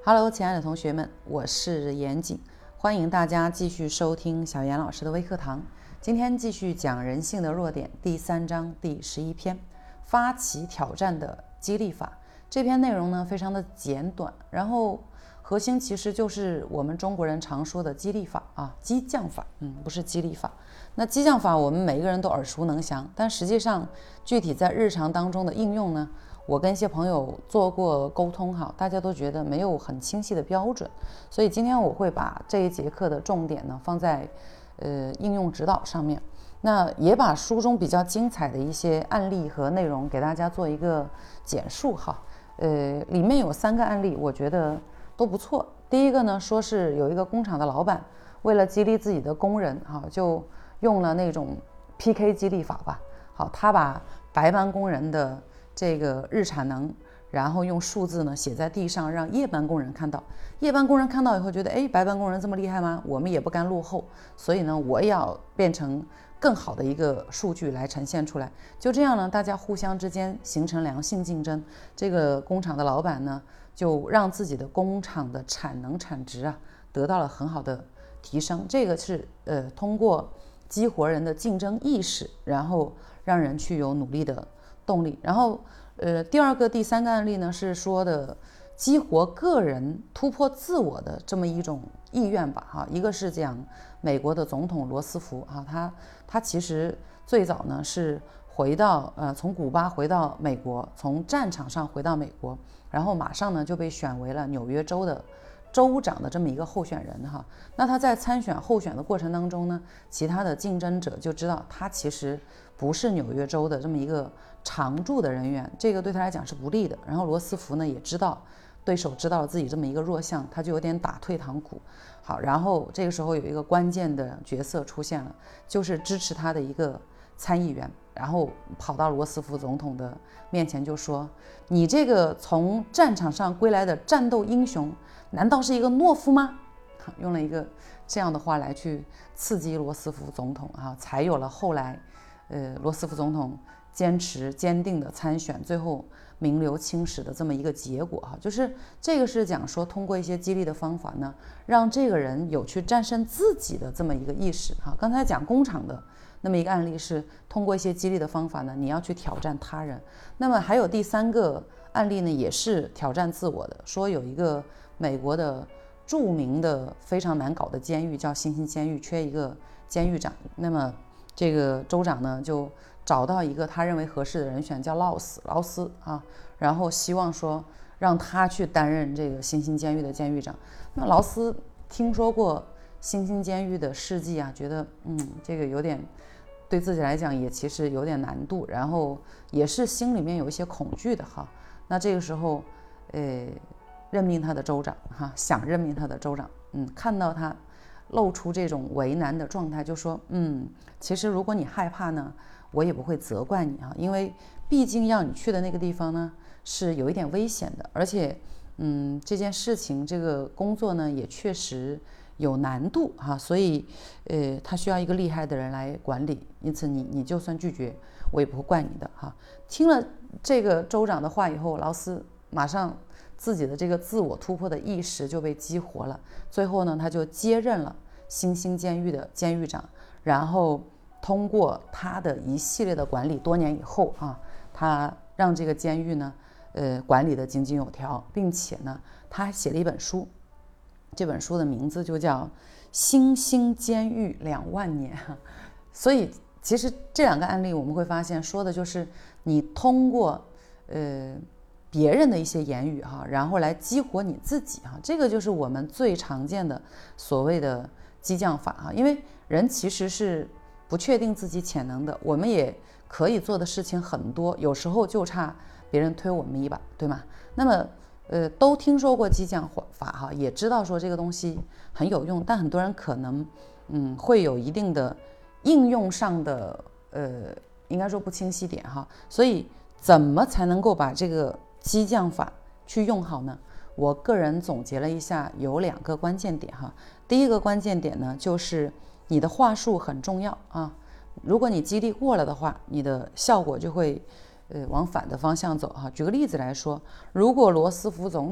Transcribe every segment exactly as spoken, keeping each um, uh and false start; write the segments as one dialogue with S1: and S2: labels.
S1: Hello，亲爱的同学们，我是严谨，欢迎大家继续收听小严老师的微课堂。今天继续讲人性的弱点第三章第十一篇，发起挑战的激励法。这篇内容呢非常的简短，然后核心其实就是我们中国人常说的激励法啊，激将法，嗯，不是激励法。那激将法我们每一个人都耳熟能详，但实际上具体在日常当中的应用呢，我跟一些朋友做过沟通哈，大家都觉得没有很清晰的标准，所以今天我会把这一节课的重点呢放在呃应用指导上面，那也把书中比较精彩的一些案例和内容给大家做一个简述哈。呃，里面有三个案例，我觉得都不错。第一个呢，说是有一个工厂的老板为了激励自己的工人哈，就用了那种 P K 激励法吧。好，他把白班工人的这个日产能，然后用数字呢写在地上，让夜班工人看到。夜班工人看到以后觉得，哎，白班工人这么厉害吗？我们也不甘落后，所以呢，我也要变成更好的一个数据来呈现出来。就这样呢，大家互相之间形成良性竞争。这个工厂的老板呢，就让自己的工厂的产能产值啊得到了很好的提升。这个是呃通过激活人的竞争意识，然后让人去有努力的动力。然后呃第二个第三个案例呢是说的激活个人突破自我的这么一种意愿吧哈。一个是讲美国的总统罗斯福哈，他他其实最早呢是回到呃从古巴回到美国，从战场上回到美国，然后马上呢就被选为了纽约州的州长的这么一个候选人哈。那他在参选候选的过程当中呢，其他的竞争者就知道他其实不是纽约州的这么一个常驻的人员，这个对他来讲是不利的。然后罗斯福呢也知道对手知道了自己这么一个弱项，他就有点打退堂鼓。好，然后这个时候有一个关键的角色出现了，就是支持他的一个参议员，然后跑到罗斯福总统的面前就说，你这个从战场上归来的战斗英雄难道是一个懦夫吗？用了一个这样的话来去刺激罗斯福总统啊，才有了后来呃罗斯福总统坚持坚定的参选，最后名留青史的这么一个结果哈。就是这个是讲说通过一些激励的方法呢，让这个人有去战胜自己的这么一个意识哈。刚才讲工厂的那么一个案例是通过一些激励的方法呢，你要去挑战他人。那么还有第三个案例呢，也是挑战自我的，说有一个美国的著名的非常难搞的监狱叫新兴监狱，缺一个监狱长。那么这个州长呢就找到一个他认为合适的人选，叫劳斯劳斯啊，然后希望说让他去担任这个新兴监狱的监狱长。那劳斯听说过新兴监狱的事迹啊，觉得嗯这个有点对自己来讲也其实有点难度，然后也是心里面有一些恐惧的哈。那这个时候呃任命他的州长哈，想任命他的州长，嗯，看到他露出这种为难的状态，就说嗯其实如果你害怕呢，我也不会责怪你啊，因为毕竟要你去的那个地方呢是有一点危险的，而且嗯这件事情这个工作呢也确实有难度哈，所以呃他需要一个厉害的人来管理，因此你你就算拒绝我也不会怪你的哈。听了这个州长的话以后，劳斯马上自己的这个自我突破的意识就被激活了，最后呢他就接任了新兴监狱的监狱长，然后通过他的一系列的管理，多年以后啊，他让这个监狱呢呃管理的井井有条，并且呢他还写了一本书，这本书的名字就叫《新兴监狱两万年》。所以其实这两个案例我们会发现，说的就是你通过呃别人的一些言语哈，然后来激活你自己哈，这个就是我们最常见的所谓的激将法哈。因为人其实是不确定自己潜能的，我们也可以做的事情很多，有时候就差别人推我们一把，对吗？那么呃，都听说过激将法哈，也知道说这个东西很有用，但很多人可能嗯会有一定的应用上的呃，应该说不清晰点哈。所以怎么才能够把这个激将法去用好呢？我个人总结了一下，有两个关键点哈。第一个关键点呢，就是你的话术很重要啊。如果你激励过了的话，你的效果就会呃往反的方向走哈。举个例子来说，如果罗斯福总统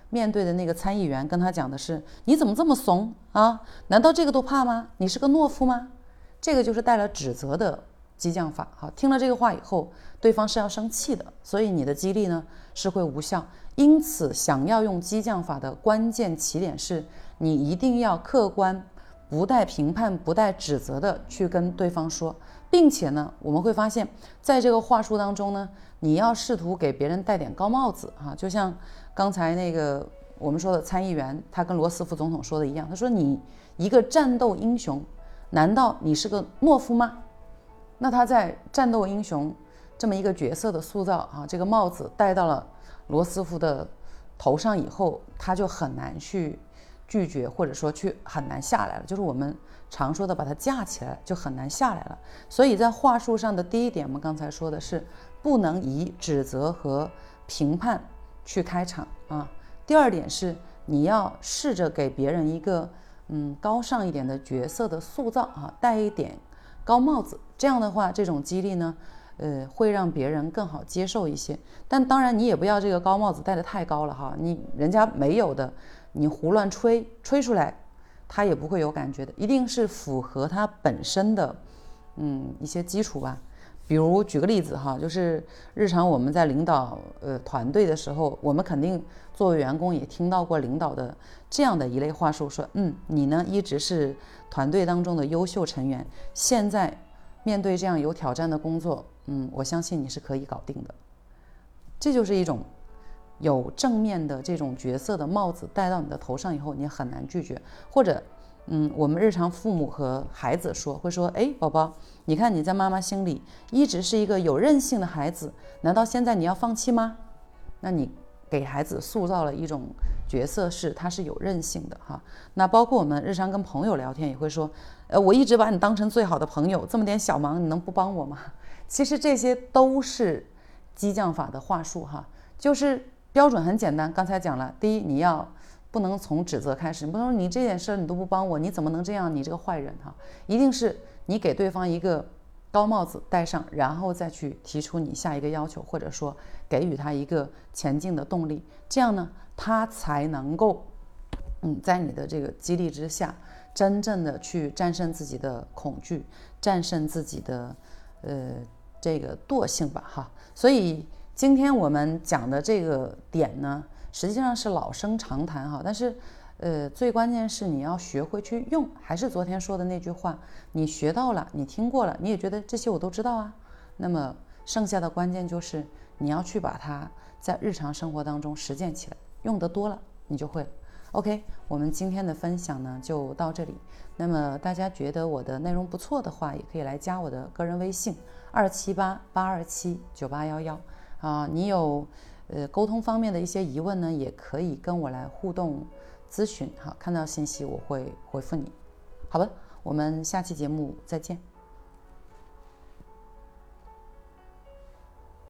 S1: 面对的那个参议员跟他讲的是：你怎么这么怂啊？难道这个都怕吗？你是个懦夫吗？这个就是带了指责的激将法。好，听了这个话以后，对方是要生气的，所以你的激励呢是会无效。因此，想要用激将法的关键起点是，你一定要客观、不带评判、不带指责的去跟对方说，并且呢，我们会发现，在这个话术当中呢，你要试图给别人戴点高帽子啊，就像刚才那个我们说的参议员，他跟罗斯福总统说的一样，他说：“你一个战斗英雄，难道你是个懦夫吗？”那他在战斗英雄这么一个角色的塑造啊，这个帽子戴到了罗斯福的头上以后，他就很难去拒绝，或者说去很难下来了，就是我们常说的把它架起来就很难下来了。所以在话术上的第一点，我们刚才说的是不能以指责和评判去开场啊。第二点是你要试着给别人一个嗯高尚一点的角色的塑造啊，戴一点高帽子，这样的话这种激励呢呃，会让别人更好接受一些。但当然你也不要这个高帽子戴得太高了哈，你人家没有的你胡乱吹吹出来他也不会有感觉的，一定是符合他本身的嗯一些基础吧。比如举个例子哈，就是日常我们在领导呃团队的时候，我们肯定作为员工也听到过领导的这样的一类话术，说嗯你呢一直是团队当中的优秀成员，现在面对这样有挑战的工作，嗯，我相信你是可以搞定的。这就是一种有正面的这种角色的帽子戴到你的头上以后，你很难拒绝。或者，嗯，我们日常父母和孩子说，会说，哎，宝宝，你看你在妈妈心里一直是一个有韧性的孩子，难道现在你要放弃吗？那你给孩子塑造了一种角色，是他是有韧性的哈。那包括我们日常跟朋友聊天也会说，呃，我一直把你当成最好的朋友，这么点小忙你能不帮我吗？其实这些都是激将法的话术哈，就是标准很简单。刚才讲了，第一，你要不能从指责开始，你不能说你这件事你都不帮我，你怎么能这样？你这个坏人哈！一定是你给对方一个高帽子戴上，然后再去提出你下一个要求，或者说给予他一个前进的动力，这样呢，他才能够嗯，在你的这个激励之下，真正的去战胜自己的恐惧，战胜自己的呃这个惰性吧哈。所以今天我们讲的这个点呢，实际上是老生常谈哈，但是呃最关键是你要学会去用。还是昨天说的那句话，你学到了，你听过了，你也觉得这些我都知道啊，那么剩下的关键就是你要去把它在日常生活当中实践起来，用得多了你就会了。OK， 我们今天的分享呢就到这里。那么大家觉得我的内容不错的话，也可以来加我的个人微信二七八八二七九八幺幺啊。你有呃沟通方面的一些疑问呢，也可以跟我来互动咨询哈。看到信息我会回复你。好吧，我们下期节目再见。